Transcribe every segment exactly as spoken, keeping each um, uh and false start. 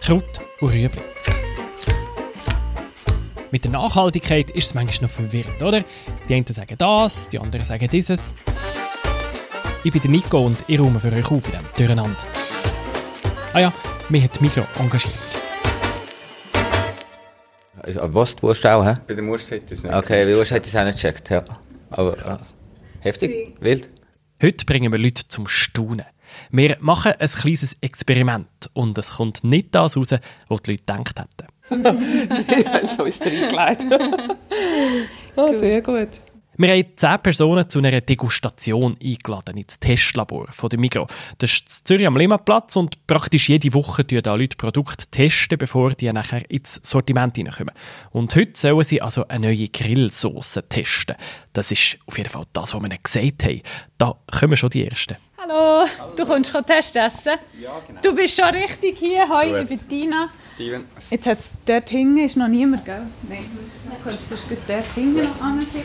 Kraut und Rüebli. Mit der Nachhaltigkeit ist es manchmal noch verwirrend, oder? Die einen sagen das, die anderen sagen dieses. Ich bin der Nico und ich räume für euch auf in diesem Durcheinander. Ah ja, mich hat Migros engagiert. Was, die Wurst auch, hä? Bei der Wurst hätte ich es nicht. Okay, bei der Wurst hätte ich es auch nicht gecheckt, ja. Aber krass. Heftig, wild. Heute bringen wir Leute zum Staunen. Wir machen ein kleines Experiment und es kommt nicht das raus, was die Leute gedacht hätten. Sie haben es uns reingelegt. Oh, sehr gut. Wir haben zehn Personen zu einer Degustation eingeladen ins Testlabor von der Migros. Das ist in Zürich am Limmatplatz und praktisch jede Woche testen da Leute Produkte testen, bevor die nachher ins Sortiment hineinkommen. Und heute sollen sie also eine neue Grillsauce testen. Das ist auf jeden Fall das, was wir ihnen gesagt haben. Da kommen schon die Ersten. Hallo, du kommst Test essen? Ja, genau. Du bist schon richtig hier. Hoi, Gut. ich bin Tina. Steven. Jetzt hat es dort hinten ist noch niemand, gell? Nein. Du könntest sonst dort hinten noch ansitzen.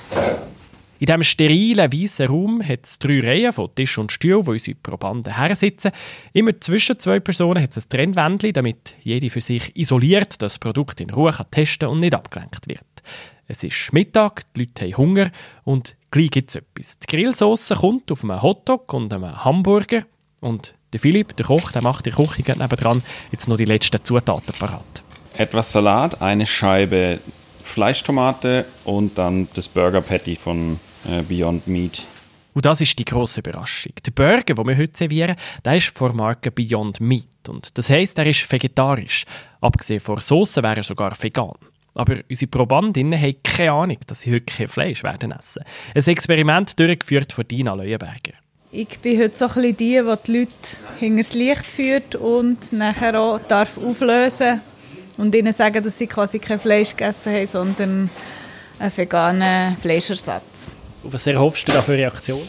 In diesem sterilen, weißen Raum hat es drei Reihen von Tisch und Stuhl, wo unsere Probanden hersitzen. Immer zwischen zwei Personen hat es ein Trennwändchen, damit jede für sich isoliert das Produkt in Ruhe kann testen und nicht abgelenkt wird. Es ist Mittag, die Leute haben Hunger und gleich gibt es etwas. Die Grillsauce kommt auf einem Hotdog und einem Hamburger. Und der Philipp, der Koch, der macht die Küche gerade nebendran jetzt noch die letzten Zutaten parat. Etwas Salat, eine Scheibe Fleischtomate und dann das Burger Patty von äh, Beyond Meat. Und das ist die grosse Überraschung. Der Burger, den wir heute servieren, der ist von der Marke Beyond Meat. Und das heisst, er ist vegetarisch. Abgesehen von der Sauce wäre er sogar vegan. Aber unsere Probandinnen haben keine Ahnung, dass sie heute kein Fleisch werden essen. Ein Experiment durchgeführt von Dina Leuenberger. Ich bin heute so ein bisschen die, die die Leute hinter das Licht führt und nachher auch darf auflösen und ihnen sagen, dass sie quasi kein Fleisch gegessen haben, sondern einen veganen Fleischersatz. Und was erhoffst du da für Reaktion?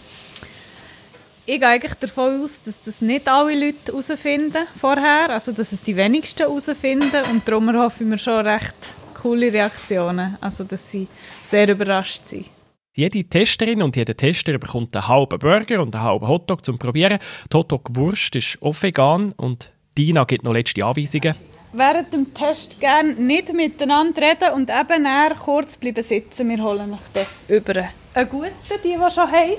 Ich gehe eigentlich davon aus, dass das nicht alle Leute herausfinden vorher, also dass es die wenigsten herausfinden und darum erhoffen wir schon recht coole Reaktionen, also dass sie sehr überrascht sind. Jede Testerin und jeder Tester bekommt einen halben Burger und einen halben Hotdog zum Probieren. Die Hotdog-Wurst ist auch vegan und Dina gibt noch letzte Anweisungen. Während dem Test gerne nicht miteinander reden und eben eher kurz bleiben sitzen. Wir holen euch den über. Einen guten, die, die schon haben.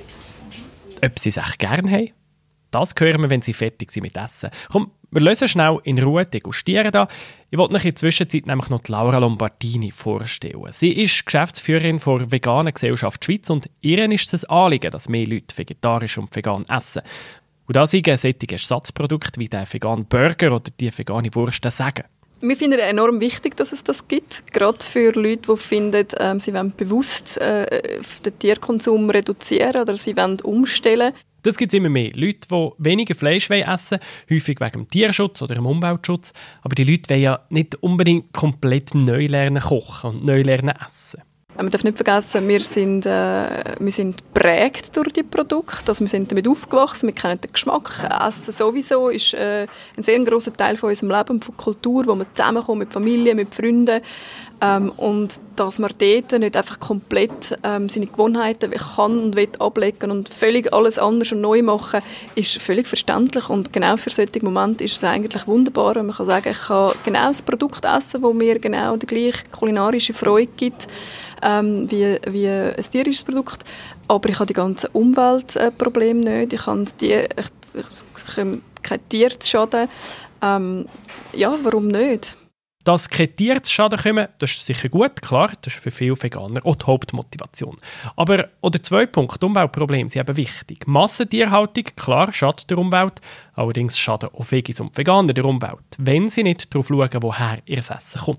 Ob sie es echt gerne haben? Das hören wir, wenn sie fertig sind mit Essen. Komm, wir lösen schnell in Ruhe degustieren da. Ich wollte euch in der Zwischenzeit nämlich noch die Laura Lombardini vorstellen. Sie ist Geschäftsführerin der Veganen Gesellschaft Schweiz und ihr ist es ein Anliegen, dass mehr Leute vegetarisch und vegan essen. Und da sind solche Ersatzprodukte wie der vegane Burger oder die vegane Wurst sagen. Wir finden es enorm wichtig, dass es das gibt, gerade für Leute, die finden, ähm, sie wollen bewusst äh, den Tierkonsum reduzieren oder sie wollen umstellen. Das gibt es immer mehr. Leute, die weniger Fleisch essen wollen, häufig wegen dem Tierschutz oder dem Umweltschutz. Aber die Leute wollen ja nicht unbedingt komplett neu lernen kochen und neu lernen essen. Man darf nicht vergessen, wir sind, äh, wir sind geprägt durch die Produkte. Also wir sind damit aufgewachsen, wir kennen den Geschmack. Essen sowieso ist äh, ein sehr grosser Teil von unserem Leben, von Kultur, wo man zusammenkommt mit Familie, mit Freunden. Ähm, und dass man dort nicht einfach komplett ähm, seine Gewohnheiten kann und will ablegen und völlig alles anders und neu machen, ist völlig verständlich. Und genau für solche Momente ist es eigentlich wunderbar, wenn man kann sagen, ich kann genau das Produkt essen, das mir genau die gleiche kulinarische Freude gibt, ähm, wie, wie ein tierisches Produkt. Aber ich habe die ganzen Umweltprobleme nicht. Ich habe die, ich, ich, ich, kein Tier zu schaden. Ähm, ja, warum nicht? Dass keine Tiere zu Schaden kommen, das ist sicher gut, klar, das ist für viele Veganer auch die Hauptmotivation. Aber auch der zweite Punkt, Umweltprobleme, sind eben wichtig. Massentierhaltung, klar, schadet der Umwelt, allerdings schaden auch Vegis und Veganer der Umwelt, wenn sie nicht darauf schauen, woher ihr Essen kommt.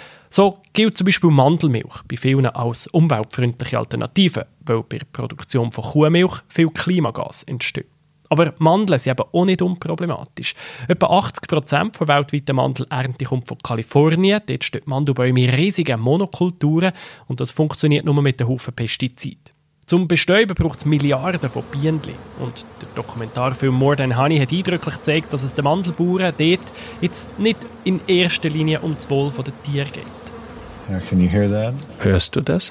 So gilt zum Beispiel Mandelmilch bei vielen als umweltfreundliche Alternative, weil bei der Produktion von Kuhmilch viel Klimagas entsteht. Aber Mandeln sind eben auch nicht unproblematisch. Etwa achtzig Prozent der weltweiten Mandelernte kommt von Kalifornien. Dort stehen Mandelbäume in riesigen Monokulturen und das funktioniert nur mit einem Haufen Pestiziden. Zum Bestäuben braucht es Milliarden von Bienen. Und der Dokumentarfilm «More Than Honey» hat eindrücklich gezeigt, dass es den Mandelbauern dort jetzt nicht in erster Linie um das Wohl der Tiere geht. Yeah, can you hear that? Hörst du das?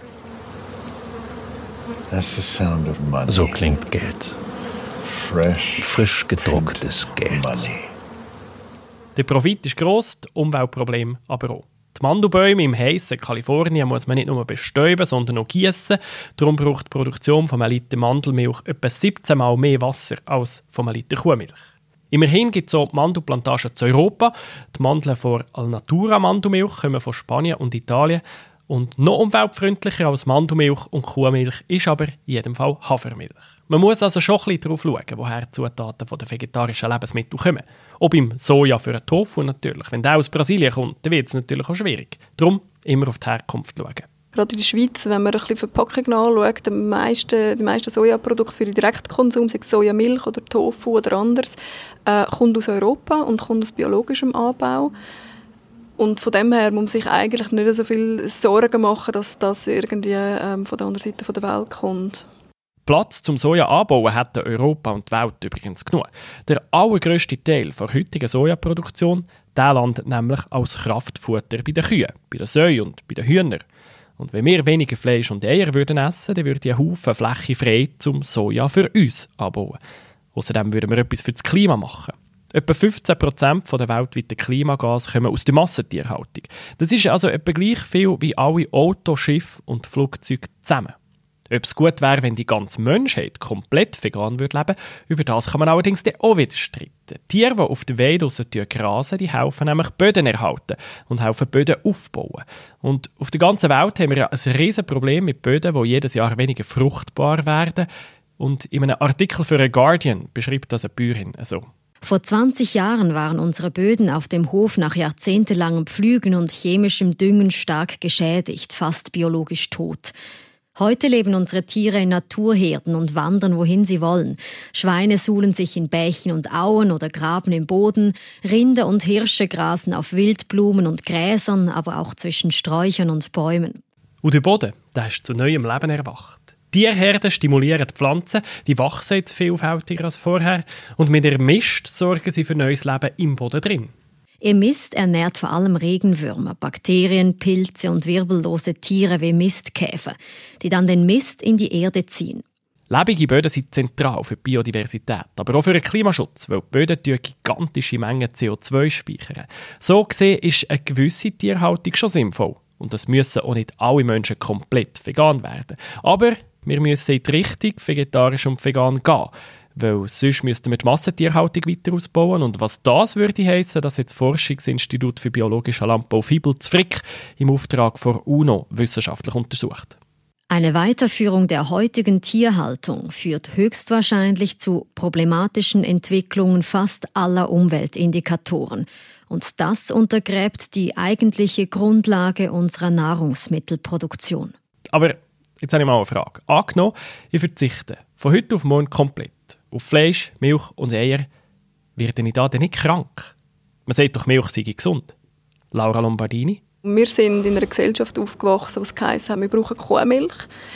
That's the sound of money. So klingt Geld. Fresh, Frisch gedrucktes Geld. Money. Der Profit ist gross, die Umweltprobleme aber auch. Die Mandelbäume im heissen Kalifornien muss man nicht nur bestäuben, sondern auch gießen. Darum braucht die Produktion von einem Liter Mandelmilch etwa siebzehn Mal mehr Wasser als von einem Liter Kuhmilch. Immerhin gibt es auch Mandelplantagen zu Europa. Die Mandeln von Alnatura Mandelmilch kommen von Spanien und Italien. Und noch umweltfreundlicher als Mandelmilch und Kuhmilch ist aber in jedem Fall Hafermilch. Man muss also schon ein bisschen darauf schauen, woher die Zutaten von den vegetarischen Lebensmitteln kommen. Auch beim Soja für einen Tofu natürlich. Wenn der aus Brasilien kommt, dann wird es natürlich auch schwierig. Darum immer auf die Herkunft schauen. Gerade in der Schweiz, wenn man ein bisschen Verpackung anschaut, die meisten, die meisten Sojaprodukte für den Direktkonsum, sei es Sojamilch oder Tofu oder anderes, äh, kommt aus Europa und kommt aus biologischem Anbau. Und von dem her muss man sich eigentlich nicht so viel Sorgen machen, dass das irgendwie ähm, von der anderen Seite der Welt kommt. Platz zum Soja anbauen hätten Europa und die Welt übrigens genug. Der allergrösste Teil der heutigen Sojaproduktion der landet nämlich als Kraftfutter bei den Kühen, bei den Säuen und bei den Hühnern. Und wenn wir weniger Fleisch und Eier würden essen, dann würde ein Haufen Fläche frei zum Soja für uns anbauen. Außerdem würden wir etwas für das Klima machen. Etwa fünfzehn Prozent der weltweiten Klimagase kommen aus der Massentierhaltung. Das ist also etwa gleich viel wie alle Autos, Schiffe und Flugzeuge zusammen. Ob es gut wäre, wenn die ganze Menschheit komplett vegan würde leben, über das kann man allerdings auch wieder streiten. Tiere, die auf der Weide draussen grasen, die helfen nämlich Böden erhalten und helfen Böden aufbauen. Und auf der ganzen Welt haben wir ja ein riesen Problem mit Böden, die jedes Jahr weniger fruchtbar werden. Und in einem Artikel für The Guardian beschreibt das eine Bäuerin so. Vor zwanzig Jahren waren unsere Böden auf dem Hof nach jahrzehntelangem Pflügen und chemischem Düngen stark geschädigt, fast biologisch tot. Heute leben unsere Tiere in Naturherden und wandern, wohin sie wollen. Schweine suhlen sich in Bächen und Auen oder graben im Boden. Rinder und Hirsche grasen auf Wildblumen und Gräsern, aber auch zwischen Sträuchern und Bäumen. Und der Boden, der ist zu neuem Leben erwacht. Tierherden stimulieren die Pflanzen, die wachsen jetzt vielfältiger als vorher. Und mit ihrem Mist sorgen sie für neues Leben im Boden drin. Ihr Mist ernährt vor allem Regenwürmer, Bakterien, Pilze und wirbellose Tiere wie Mistkäfer, die dann den Mist in die Erde ziehen. Lebende Böden sind zentral für die Biodiversität, aber auch für den Klimaschutz, weil die Böden gigantische Mengen C O zwei speichern. So gesehen ist eine gewisse Tierhaltung schon sinnvoll. Und das müssen auch nicht alle Menschen komplett vegan werden. Aber wir müssen in die Richtung vegetarisch und vegan gehen. Weil sonst müssten wir die Massentierhaltung weiter ausbauen. Und was das würde heissen, das hat das Forschungsinstitut für biologischen Landbau Fibel zu Frick im Auftrag von UNO wissenschaftlich untersucht. Eine Weiterführung der heutigen Tierhaltung führt höchstwahrscheinlich zu problematischen Entwicklungen fast aller Umweltindikatoren. Und das untergräbt die eigentliche Grundlage unserer Nahrungsmittelproduktion. Aber jetzt habe ich mal eine Frage. Angenommen, ich verzichte von heute auf morgen komplett auf Fleisch, Milch und Eier, werde ich da denn nicht krank? Man sagt doch, Milch sei gesund. Laura Lombardini? Wir sind in einer Gesellschaft aufgewachsen, was geheißen hat, wir brauchen Kuhmilch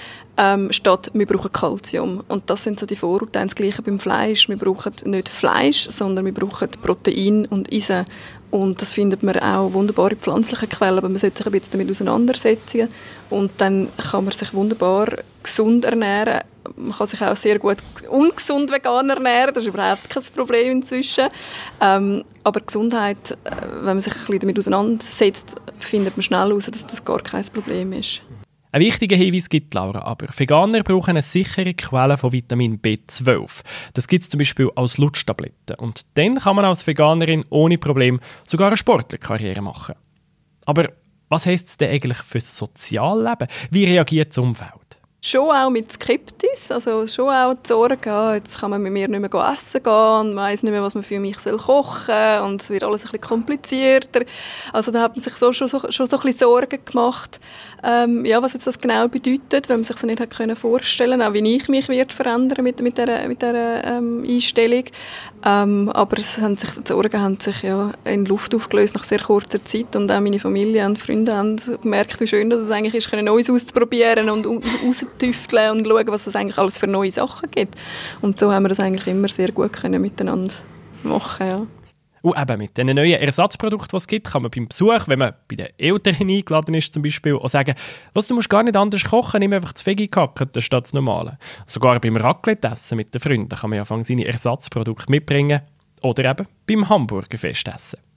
ähm, statt wir brauchen Kalzium. Und das sind so die Vorurteile. Das Gleiche beim Fleisch. Wir brauchen nicht Fleisch, sondern wir brauchen Protein und Eisen. Und das findet man auch wunderbar in pflanzlichen Quellen, aber man sollte sich ein bisschen damit auseinandersetzen. Und dann kann man sich wunderbar gesund ernähren. Man kann sich auch sehr gut ungesund vegan ernähren, das ist überhaupt kein Problem inzwischen. Ähm, aber Gesundheit, wenn man sich ein bisschen damit auseinandersetzt, findet man schnell heraus, dass das gar kein Problem ist. Ein wichtiger Hinweis gibt Laura aber. Veganer brauchen eine sichere Quelle von Vitamin B zwölf. Das gibt es zum Beispiel als Lutschtabletten. Und dann kann man als Veganerin ohne Problem sogar eine Sportlerkarriere machen. Aber was heisst es denn eigentlich für das Sozialleben? Wie reagiert das Umfeld? Schon auch mit Skepsis, also schon auch die Sorge, ah, jetzt kann man mit mir nicht mehr essen gehen und man weiss nicht mehr, was man für mich kochen soll und es wird alles ein bisschen komplizierter. Also da hat man sich so, schon, so, schon so ein bisschen Sorgen gemacht, ähm, ja, was jetzt das genau bedeutet, wenn man sich so nicht hat können vorstellen, auch wie ich mich wird verändern mit, mit dieser, mit dieser ähm, Einstellung. Ähm, aber es haben sich, die Sorgen haben sich ja in Luft aufgelöst nach sehr kurzer Zeit und auch meine Familie und Freunde haben gemerkt, wie schön das es eigentlich ist, Neues auszuprobieren und aus tüfteln und schauen, was es eigentlich alles für neue Sachen gibt. Und so haben wir das eigentlich immer sehr gut können miteinander machen. Ja. Und eben mit diesen neuen Ersatzprodukten, die es gibt, kann man beim Besuch, wenn man bei den Eltern eingeladen ist zum Beispiel, auch sagen, du musst gar nicht anders kochen, nimm einfach das Veggie gehackert statt das Normale. Sogar beim Raclette-Essen mit den Freunden kann man ja seine Ersatzprodukte mitbringen oder eben beim Hamburgerfestessen.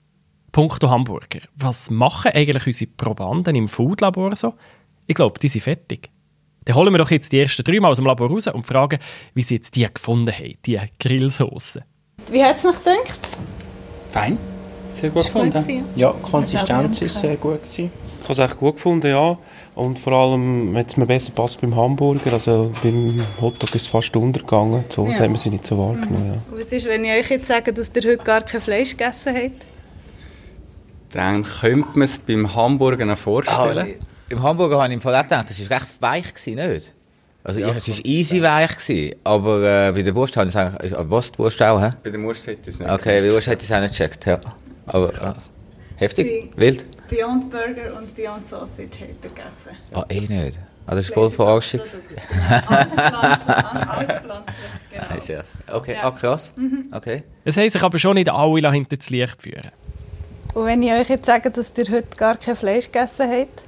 Punkto Hamburger. Was machen eigentlich unsere Probanden im Foodlabor so? Ich glaube, die sind fertig. Dann holen wir doch jetzt die ersten drei Mal aus dem Labor raus und fragen, wie sie jetzt die gefunden haben, die Grillsoße. Wie hat es noch gedacht? Fein. Sehr gut Ist gut gefunden. gewesen. Ja, die Konsistenz war sehr gut gewesen. Ich habe es echt gut gefunden, ja. Und vor allem hat es mir besser gepasst beim Hamburger. Also beim Hotdog ist es fast untergegangen. So Ja. haben wir sie nicht so wahrgenommen. Ja. Was ist, wenn ich euch jetzt sage, dass ihr heute gar kein Fleisch gegessen habt? Dann könnte man es beim Hamburger noch vorstellen. Ah, im Hamburger habe ich im Fall auch gedacht, das war recht weich, nicht? Also Ja, ich, es war easy weich, gewesen, aber äh, bei der Wurst habe ich es eigentlich... Was, die Wurst auch, hä? Bei der Wurst hätte ich es nicht. Okay, bei der Wurst hätte ich es auch nicht gecheckt, ja. Aber äh, heftig, wild. Beyond Burger und Beyond Sausage habt ihr gegessen. Ah, eh nicht. Ah, das ist voll verarscht. Alles pflanzlich, alles pflanzlich, genau. Ah, ist das. Okay, Ja. ah, krass. Mhm. Okay. Es haben sich aber schon nicht alle hinter das Licht führen. Und wenn ich euch jetzt sage, dass ihr heute gar kein Fleisch gegessen habt?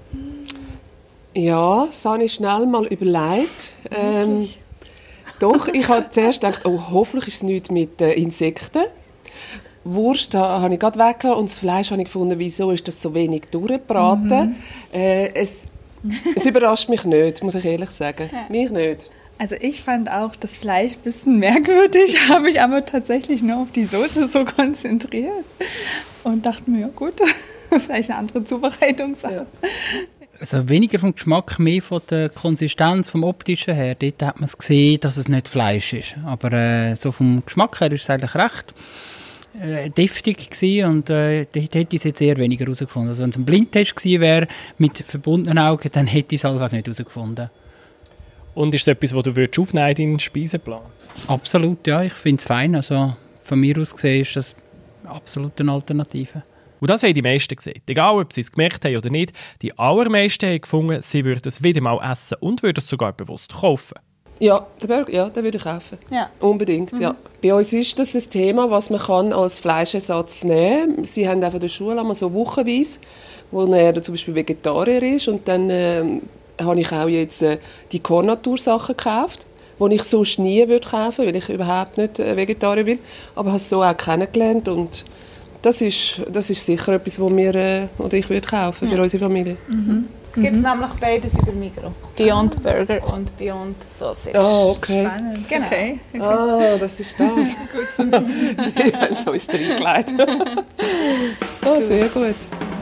Ja, das habe ich schnell mal überlegt. Ähm, doch, ich habe zuerst gedacht, oh, hoffentlich ist es nichts mit äh, Insekten. Wurst da habe ich gerade weggelassen und das Fleisch habe ich gefunden, wieso ist das so wenig durchgebraten. Mhm. Äh, es, es überrascht mich nicht, muss ich ehrlich sagen. Ja. Mich nicht. Also ich fand auch das Fleisch ein bisschen merkwürdig, habe mich aber tatsächlich nur auf die Soße so konzentriert und dachte mir, ja gut, vielleicht eine andere Zubereitungsart. Also weniger vom Geschmack, mehr von der Konsistenz, vom Optischen her. Dort hat man es gesehen, dass es nicht Fleisch ist. Aber äh, so vom Geschmack her ist es eigentlich recht äh, deftig gewesen und äh, dort hätte ich es jetzt eher weniger herausgefunden. Also wenn es ein Blindtest gewesen wäre, mit verbundenen Augen, dann hätte ich es einfach nicht herausgefunden. Und ist es etwas, was du würdest aufnehmen in deinen Speiseplan? Absolut, ja. Ich finde es fein. Also von mir aus gesehen ist das absolut eine Alternative. Und das haben die meisten gesehen. Egal, ob sie es gemerkt haben oder nicht, die allermeisten haben gefunden, sie würden es wieder mal essen und würden es sogar bewusst kaufen. Ja, den Burger, ja, den würde ich kaufen. Ja. Unbedingt, Mhm. ja. Bei uns ist das ein Thema, was man kann als Fleischersatz nehmen kann. Sie haben auch von der Schule einmal so wochenweise, wo er zum Beispiel Vegetarier ist. Und dann äh, habe ich auch jetzt äh, die Kornatur-Sachen gekauft, die ich sonst nie würde kaufen, weil ich überhaupt nicht äh, Vegetarier bin. Aber habe es so auch kennengelernt und das ist, das ist sicher etwas, was wir, äh, oder ich würde kaufen für Ja. unsere Familie. Mhm. Es gibt Mhm. nämlich beides in der Migros. Beyond Burger und Beyond Sausage. Ah, okay. Spannend. Genau. Okay. Ah, das ist das. Gut zu wissen. Sie haben so ins reingelegt. Ah, sehr gut.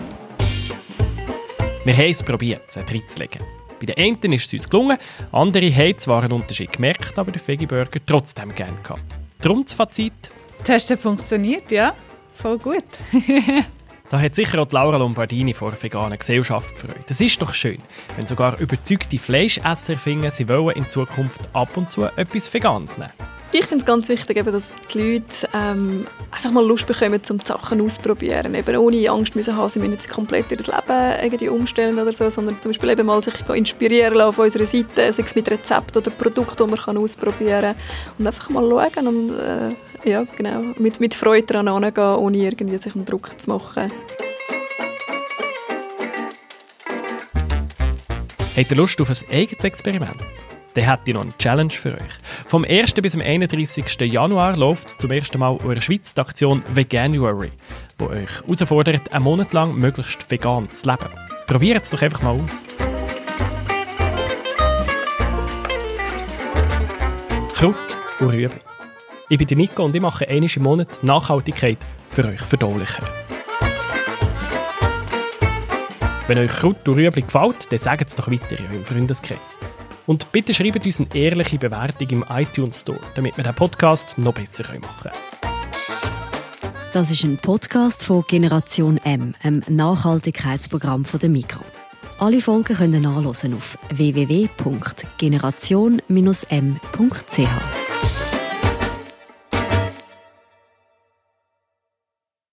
Wir haben es probiert, es reinzulegen. Bei den einen ist es uns gelungen, andere haben zwar einen Unterschied gemerkt, aber den Veggie-Burger trotzdem gerne gehabt. Darum das Fazit: Die Tests funktioniert, ja. Voll gut. Da hat sicher auch die Laura Lombardini vor der veganen Gesellschaft gefreut. Das ist doch schön, wenn sogar überzeugte Fleischesser finden, sie wollen in Zukunft ab und zu etwas Veganes nehmen. Ich finde es ganz wichtig, eben, dass die Leute ähm, einfach mal Lust bekommen, um die Sachen auszuprobieren. Eben ohne Angst müssen haben, sie müssen nicht komplett ihr Leben irgendwie umstellen oder so, sondern zum Beispiel eben mal sich inspirieren lassen auf unserer Seite, sei es mit Rezepten oder Produkten, die man kann ausprobieren kann. Und einfach mal schauen und äh, ja, genau, mit, mit Freude daran herangehen, ohne irgendwie sich einen Druck zu machen. Habt ihr Lust auf ein eigenes Experiment? Dann hätte ich noch eine Challenge für euch. Vom ersten bis zum einunddreissigsten Januar läuft zum ersten Mal eure Schweiz die Aktion Veganuary, die euch herausfordert, einen Monat lang möglichst vegan zu leben. Probiert es doch einfach mal aus. Kraut und Rüebli. Ich bin der Nico und ich mache einmal im Monat Nachhaltigkeit für euch verdaulicher. Wenn euch Kraut und Rüebli gefällt, dann sagt es doch weiter in eurem Freundeskreis. Und bitte schreibt uns eine ehrliche Bewertung im iTunes Store, damit wir den Podcast noch besser machen können. Das ist ein Podcast von Generation M, einem Nachhaltigkeitsprogramm von der Migros. Alle Folgen können nachhören auf w w w punkt generation Bindestrich m punkt c h.